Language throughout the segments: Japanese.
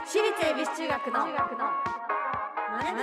私立恵比寿中学のマネブ。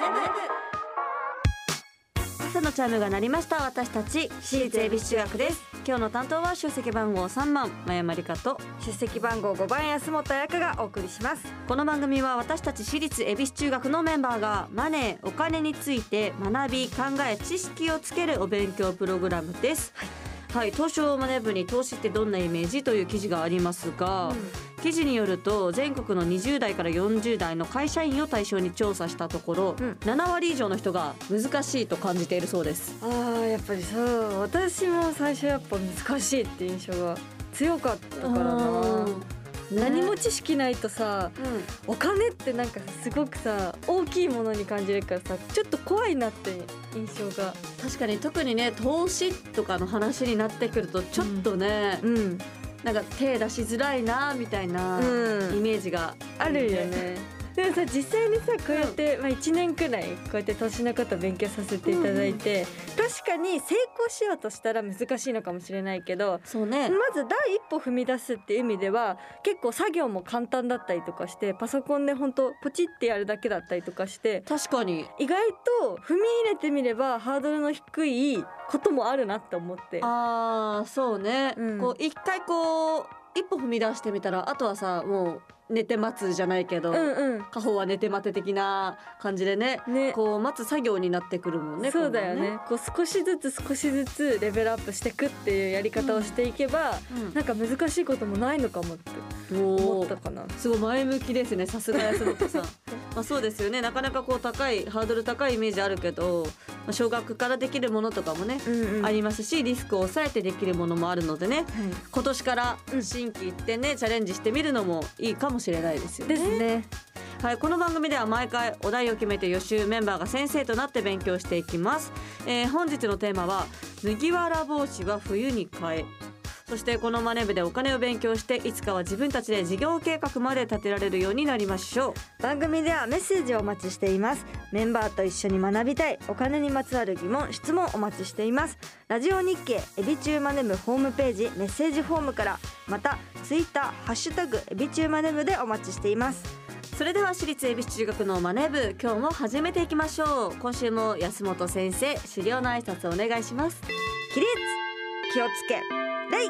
朝のチャイムが鳴りました。私たち私立恵比寿中学です。今日の担当は出席番号3番真山理香と出席番号5番安本彩香がお送りします。 この番組は私たち私立恵比寿中学のメンバーがマネー、お金について学び、考え、知識をつけるお勉強プログラムです。はい、東証マネ部に投資ってどんなイメージという記事がありますが、記事によると全国の20代から40代の会社員を対象に調査したところ、7割以上の人が難しいと感じているそうです。 やっぱりそう私も最初やっぱ難しいって印象が強かったからな、何も知識ないとさ、お金ってなんかすごくさ大きいものに感じるからさちょっと怖いなって印象が。 確かに特にね投資とかの話になってくるとちょっとね、なんか手出しづらいなみたいなイメージがあるよね。でもさ実際にさこうやって、1年くらいこうやって投資のことを勉強させていただいて、確かに成功しようとしたら難しいのかもしれないけど、 そうね、 まず第一歩踏み出すっていう意味では結構作業も簡単だったりとかしてパソコンで本当ポチってやるだけだったりとかして確かに意外と踏み入れてみればハードルの低いこともあるなって思って。 そうね、こう一回こう一歩踏み出してみたらあとはさもう寝て待つじゃないけど、家宝は寝て待て的な感じで ねこう待つ作業になってくるもんね。 そうだよね。こう少しずつレベルアップしていくっていうやり方をしていけば、なんか難しいこともないのかもって思ったかな。 すごい前向きですね、さすが安本さんそうですよね。なかなかこうハードル高いイメージあるけど、小学からできるものとかもね、ありますしリスクを抑えてできるものもあるのでね、今年から新規一転ねチャレンジしてみるのもいいかもしれないですよね。 ですね。 はい、この番組では毎回お題を決めて予習メンバーが先生となって勉強していきます。本日のテーマは麦わら帽子は冬に買え。そしてこのマネ部でお金を勉強していつかは自分たちで事業計画まで立てられるようになりましょう。 番組ではメッセージをお待ちしています。メンバーと一緒に学びたいお金にまつわる疑問質問お待ちしています。ラジオ日経エビチューマネ部ホームページメッセージフォームから、またツイッターハッシュタグエビチューマネ部でお待ちしています。 それでは私立恵比寿中学のマネ部、今日も始めていきましょう。今週も安本先生修行の挨拶お願いします。 起立、気をつけ礼。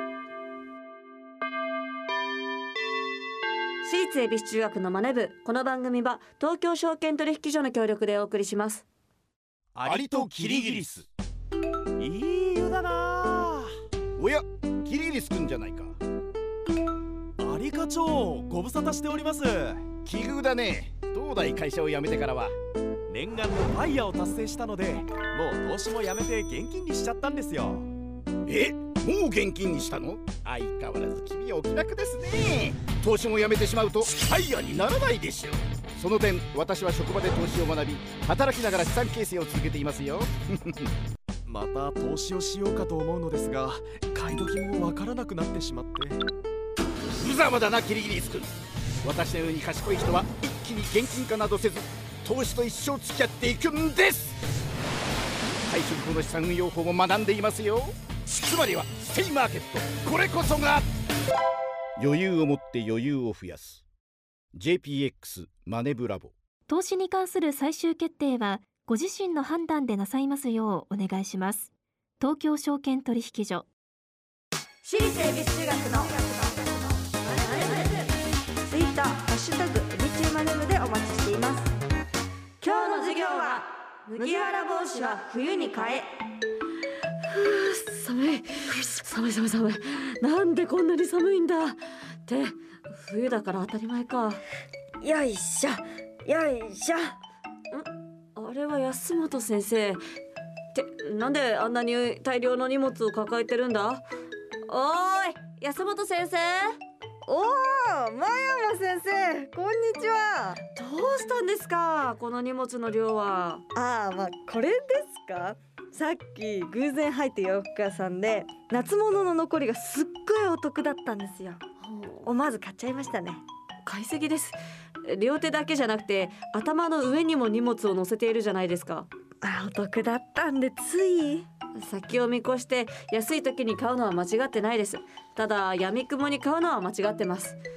私立恵比寿中学のマネ部、この番組は東京証券取引所の協力でお送りします。 アリとキリギリス、いい湯だな。 おや、キリギリスくんじゃないか。 アリ課長、ご無沙汰しております。 奇遇だね。東大会社を辞めてからは念願のファイヤーを達成したので、もう投資もやめて現金にしちゃったんですよ。 もう現金にしたの？相変わらず君はお気楽ですね。投資もやめてしまうとファイヤーにならないでしょう。その点私は職場で投資を学び、働きながら資産形成を続けていますよまた投資をしようかと思うのですが、買い時もわからなくなってしまって。 無様だなキリギリス君。私のように賢い人は一気に現金化などせず投資と一生付き合っていくんです。退職後の資産運用法も学んでいますよ。つまりはステイマーケット、これこそが余裕を持って余裕を増やす JPX マネブラボ。 投資に関する最終決定はご自身の判断でなさいますようお願いします。東京証券取引所。 私立恵比寿中学のツイッターハッシュタグエビチューマネ部でお待ちしています。 今日の授業は麦わら帽子は冬に買え。寒い。なんでこんなに寒いんだって冬だから当たり前か。 よいしょ。 あれは安本先生ってなんであんなに大量の荷物を抱えてるんだ。おーい安本先生。 おー、真山先生、こんにちは。 どうしたんですかこの荷物の量は。 これですか。さっき偶然入った洋服屋さんで夏物の残りがすっごいお得だったんですよ。思わず買っちゃいましたね。 買いすぎです。両手だけじゃなくて頭の上にも荷物を乗せているじゃないですか。 お得だったんでつい。 先を見越して安い時に買うのは間違ってないです。ただ闇雲に買うのは間違ってます。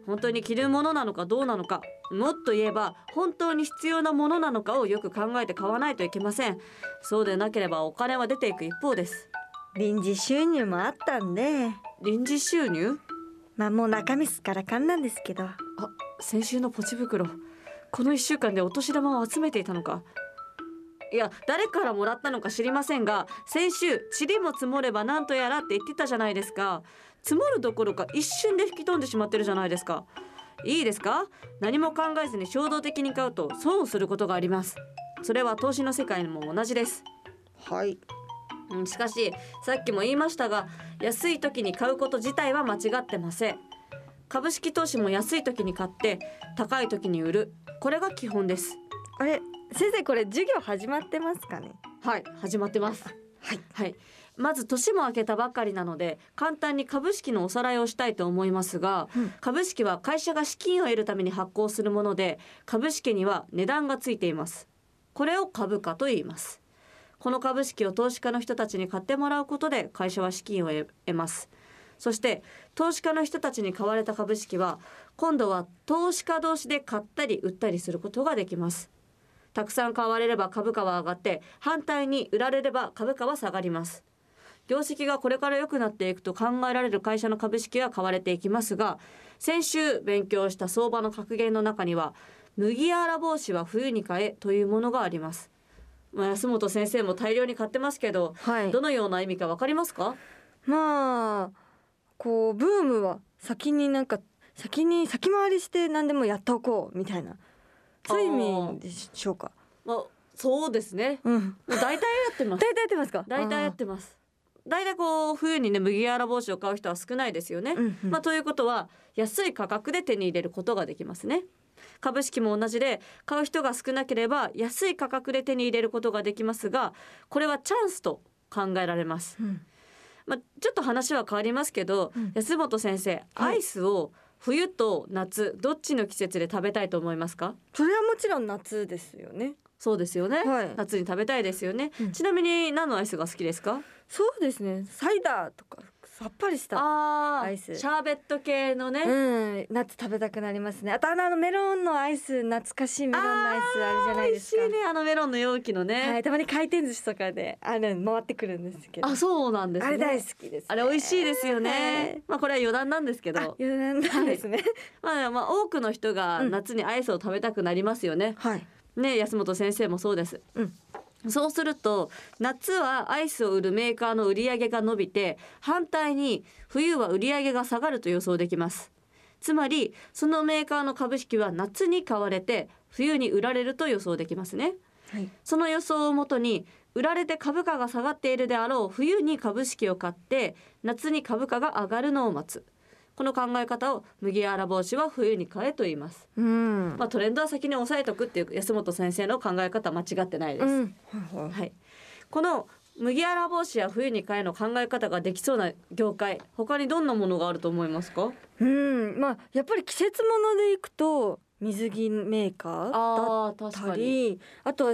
本当に着るものなのかどうなのか、もっと言えば本当に必要なものなのかをよく考えて買わないといけません。そうでなければお金は出ていく一方です。 臨時収入もあったんで、 臨時収入？ まあもう中身すっからかんなんですけど。 先週のポチ袋、この1週間でお年玉を集めていたのか。いや、誰からもらったのか知りませんが、先週塵も積もればなんとやらって言ってたじゃないですか。積もるどころか一瞬で吹き飛んでしまってるじゃないですか。いいですか？何も考えずに衝動的に買うと損をすることがあります。それは投資の世界にも同じです。 はい。 しかしさっきも言いましたが、安い時に買うこと自体は間違ってません。株式投資も安い時に買って高い時に売る、これが基本です。 あれ、先生これ授業始まってますかね？ はい、始まってます。はい、まず年も明けたばかりなので簡単に株式のおさらいをしたいと思いますが、株式は会社が資金を得るために発行するもので、株式には値段がついています。これを株価と言います。この株式を投資家の人たちに買ってもらうことで会社は資金を得ます。そして投資家の人たちに買われた株式は今度は投資家同士で買ったり売ったりすることができます。たくさん買われれば株価は上がって、反対に売られれば株価は下がります。業績がこれから良くなっていくと考えられる会社の株式は買われていきますが、先週勉強した相場の格言の中には麦わら帽子は冬に買えというものがあります。安本先生も大量に買ってますけど、どのような意味か分かりますか？ まあこうブームは先に先回りして何でもやっておこうみたいな、そういう意味でしょうか。 そうですね、大体やってます。 大体やってますか？ 大体やってます。大体こう冬にね麦わら帽子を買う人は少ないですよね。ということは安い価格で手に入れることができますね。株式も同じで、買う人が少なければ安い価格で手に入れることができますが、これはチャンスと考えられます。ちょっと話は変わりますけど、安本先生、アイスを冬と夏どっちの季節で食べたいと思いますか？ それはもちろん夏ですよね。 そうですよね、夏に食べたいですよね。ちなみに何のアイスが好きですか？ そうですね、サイダーとかさっぱりしたアイス、 シャーベット系のね、 夏食べたくなりますね。あとメロンのアイス、懐かしいメロンのアイスあるじゃないですか。 美味しいね、メロンの容器のね、 たまに回転寿司とかで回ってくるんですけど。 そうなんですね。 あれ大好きですね。 あれ美味しいですよね。これは余談なんですけど。 余談なんですね。 多くの人が夏にアイスを食べたくなりますよね。安本先生もそうです。そうすると夏はアイスを売るメーカーの売り上げが伸びて、反対に冬は売り上げが下がると予想できます。つまりそのメーカーの株式は夏に買われて冬に売られると予想できますね。その予想をもとに売られて株価が下がっているであろう冬に株式を買って夏に株価が上がるのを待つ、この考え方を麦わら帽子は冬に買えと言います。トレンドは先に押さえとくっていう安本先生の考え方は間違ってないです。この麦わら帽子や冬に買えの考え方ができそうな業界、他にどんなものがあると思いますか？ やっぱり季節物でいくと水着メーカーだったり、あとは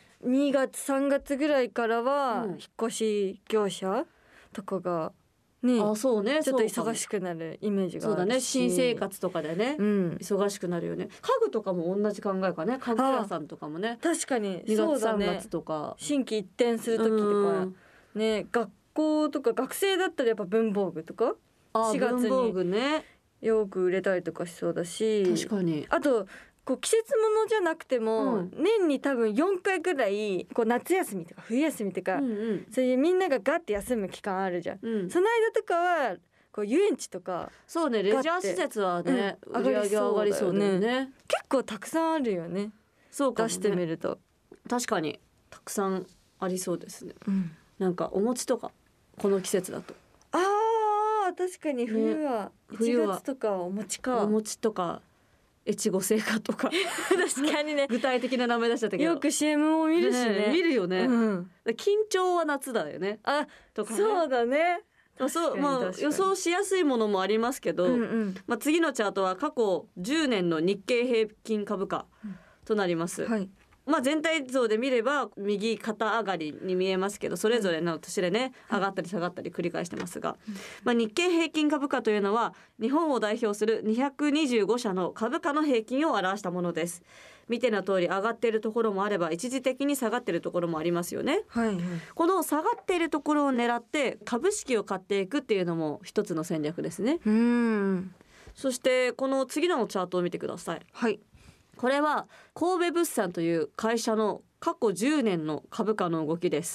2月3月ぐらいからは引っ越し業者とかがそうね、 ちょっと忙しくなるイメージがあるし、 そうだね、新生活とかでね、忙しくなるよね。家具とかも同じ考えかね。家具屋さんとかもね、 確かに 2月3月とか新規一転する時とかね、学校とか学生だったらやっぱ文房具とか4月によく売れたりとかしそうだし、 確かに。 あと季節物じゃなくても、年に多分4回ぐらい夏休みとか冬休みとか、そういうみんながガッて休む期間あるじゃん。その間とかは遊園地とか、 そうね、レジャー施設はね、売り上げ上がりそうだよね。 結構たくさんあるよね。 そうかもね、 出してみると確かにたくさんありそうですね。なんかお餅とかこの季節だと、 確かに冬は1月とかお餅か、 お餅とか越後製菓とか確かにね、 具体的な名前出しちゃったけど、 よく CM も見るしね。 見るよね。緊張は夏だよね。とかね。 そうだね。 予想しやすいものもありますけど、次のチャートは過去10年の日経平均株価となります。 全体像で見れば右肩上がりに見えますけど、それぞれの年でね、上がったり下がったり繰り返してますが、日経平均株価というのは日本を代表する225社の株価の平均を表したものです。見ての通り上がっているところもあれば一時的に下がっているところもありますよね。この下がっているところを狙って株式を買っていくっていうのも一つの戦略ですね。そしてこの次のチャートを見てください。これは神戸物産という会社の過去10年の株価の動きです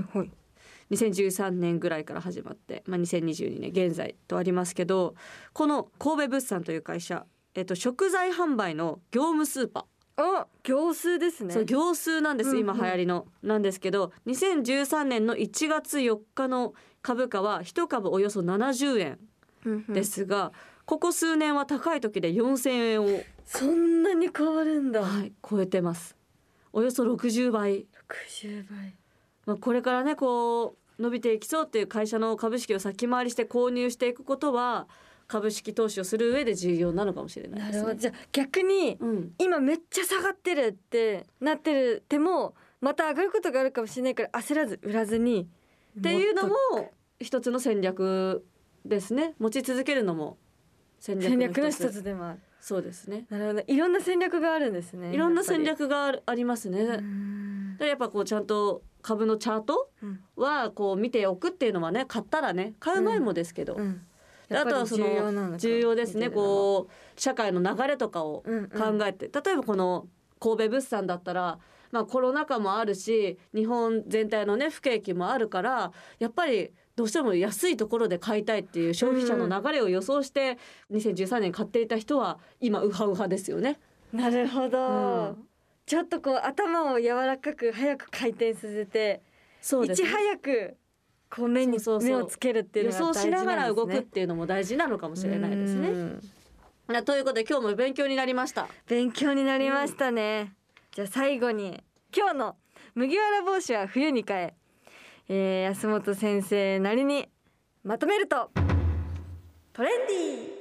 。2013年ぐらいから始まって、2022年現在とありますけど、この神戸物産という会社、食材販売の業務スーパー、 業数ですね。 そう、業数なんです、今流行りのなんですけど、2013年の1月4日の株価は1株およそ70円ですが、ここ数年は高い時で4000円をそんなに変わるんだ。 超えてます。およそ60倍。これからねこう伸びていきそうっていう会社の株式を先回りして購入していくことは株式投資をする上で重要なのかもしれないですね。 なるほど。じゃあ逆に、今めっちゃ下がってるってなってるでもまた上がることがあるかもしれないから焦らず売らずにっていうのも一つの戦略ですね。持ち続けるのも戦略の一つでもある。 そうですね。 なるほど。いろんな戦略があるんですね。 いろんな戦略がありますね。やっぱこうちゃんと株のチャートはこう見ておくっていうのはね、買ったらね、買う前もですけど、あとはその重要ですね。こう社会の流れとかを考えて、例えばこの神戸物産だったら、コロナ禍もあるし日本全体のね不景気もあるから、やっぱりどうしても安いところで買いたいっていう消費者の流れを予想して2013年買っていた人は今ウハウハですよね。 なるほど、ちょっとこう頭を柔らかく早く回転させて、そうですね、いち早くこう目をつけるっていうのが大事なんですね。 予想しながら動くっていうのも大事なのかもしれないですね。ということで今日も勉強になりました。 勉強になりましたね。じゃあ最後に今日の麦わら帽子は冬に買え、安本先生なりにまとめるとトレンディー。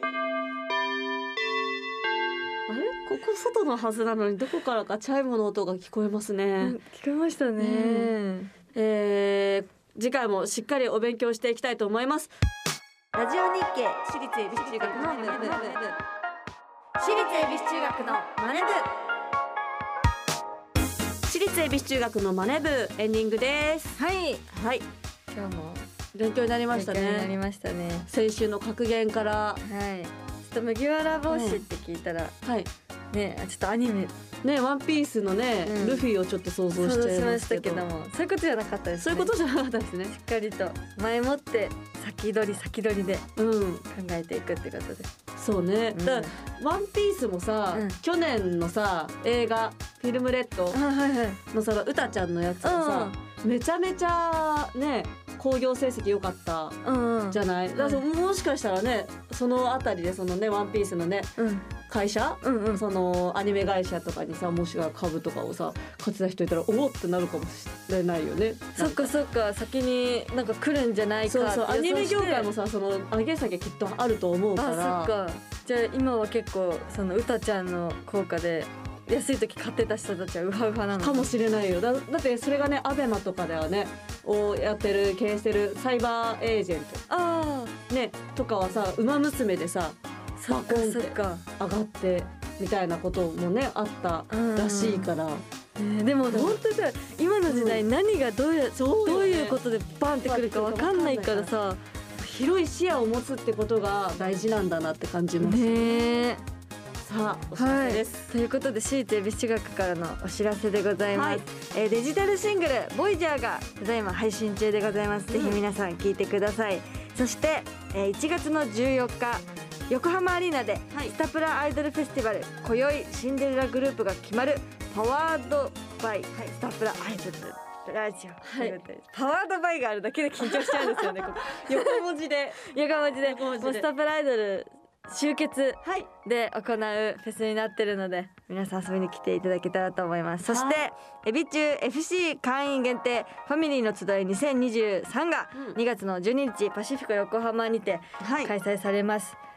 あれ、ここ外のはずなのにどこからかチャイムの音が聞こえますね。 聞こえましたね。 次回もしっかりお勉強していきたいと思います。ラジオ日経私立恵比寿中学のマネ部、私立恵比寿中学のマネ部、私立恵比寿中学のマネ部エンディングです。 はい、 今日も勉強になりましたね。 勉強になりましたね。 先週の格言から、 ちょっと麦わら帽子って聞いたら、ね、ちょっとアニメね、ワンピースのね、ルフィをちょっと想像しちゃいましたけども、 そういうことじゃなかったですね。 そういうことじゃなかったですね。 しっかりと前もって先取りで考えていくってことです。 そうね、だからワンピースもさ、去年のさ映画フィルムレッドのさ、うたちゃんのやつがさ、めちゃめちゃね興行成績良かったじゃない。だからもしかしたらね、そのあたりでそのねワンピースのね、会社、そのアニメ会社とかにさ、もしくは株とかをさ買ってた人いたらおおってなるかもしれないよね。 そっか先になんか来るんじゃないかって。 そうアニメ業界もさ、その上げ下げきっとあると思うから。 そっか。じゃあ今は結構そのうたちゃんの効果で安い時買ってた人たちはウハウハなのかもしれないよ。だってそれがねアベマとかではねをやってる経営してるサイバーエージェントねとかはさ、ウマ娘でさバコンって上がってみたいなこともねあったらしいから、 でも本当さ、今の時代何がどういうことでバンってくるか分かんないからさ、 広い視野を持つってことが大事なんだなって感じますね。さあお知らせです、 ということで私立恵比寿中学からのお知らせでございます、デジタルシングルボイジャーがただいま配信中でございます、ぜひ皆さん聴いてください。そして、1月の14日横浜アリーナでスタプラアイドルフェスティバル、今宵シンデレラグループが決まるパワードバイ、スタプラアイドルラジオ、パワードバイがあるだけで緊張しちゃうんですよね。 横文字でもうスタプラアイドル集結で行うフェスになってるので、皆さん遊びに来ていただけたらと思います。そしてエビ中 FC 会員限定ファミリーの集い2023が2月の12日パシフィコ横浜にて開催されます。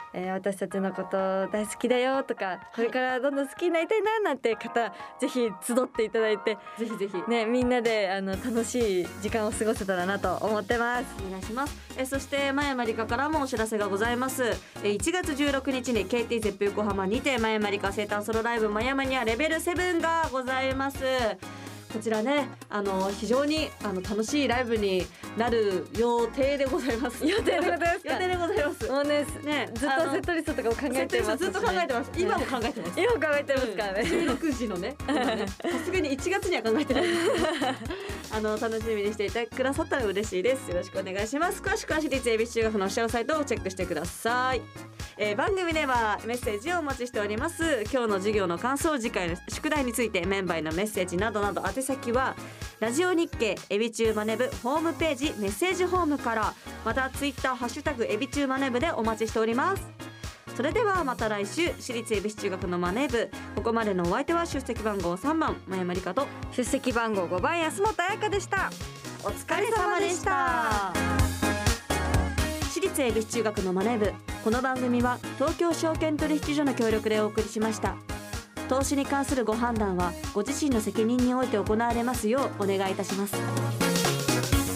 私たちのこと大好きだよとか、これからどんどん好きになりたいななんて方、ぜひ集っていただいて、 ぜひぜひね、みんなで楽しい時間を過ごせたらなと思ってます。 お願いします。そして真山理香からもお知らせがございます。1月16日に KT ゼップ横浜にて真山理香生誕ソロライブ真山にはレベル7がございます。こちらね、非常に楽しいライブになる予定でございます。 予定でございますか。 予定でございます。 もうねずっとセットリストとかを考えてますし、 ずっと考えてます。今も考えてます。 今も考えてますからね。 16時のね、さすがに1月には考えてない。楽しみにしていてくださったら嬉しいです。よろしくお願いします。詳しくは私立恵比寿中学のオフィシャルサイトをチェックしてください。番組ではメッセージをお待ちしております。今日の授業の感想、次回の宿題についてメンバーへのメッセージなどなど、宛先はラジオ日経エビチューマネブホームページメッセージホームから、またツイッターハッシュタグエビチューマネブでお待ちしております。それではまた来週、私立恵比寿中学のマネ部、ここまでのお相手は出席番号3番真山理香と出席番号5番安本彩香でした。 お疲れ様でした。私立恵比寿中学のマネ部、この番組は東京証券取引所の協力でお送りしました。投資に関するご判断はご自身の責任において行われますようお願いいたします。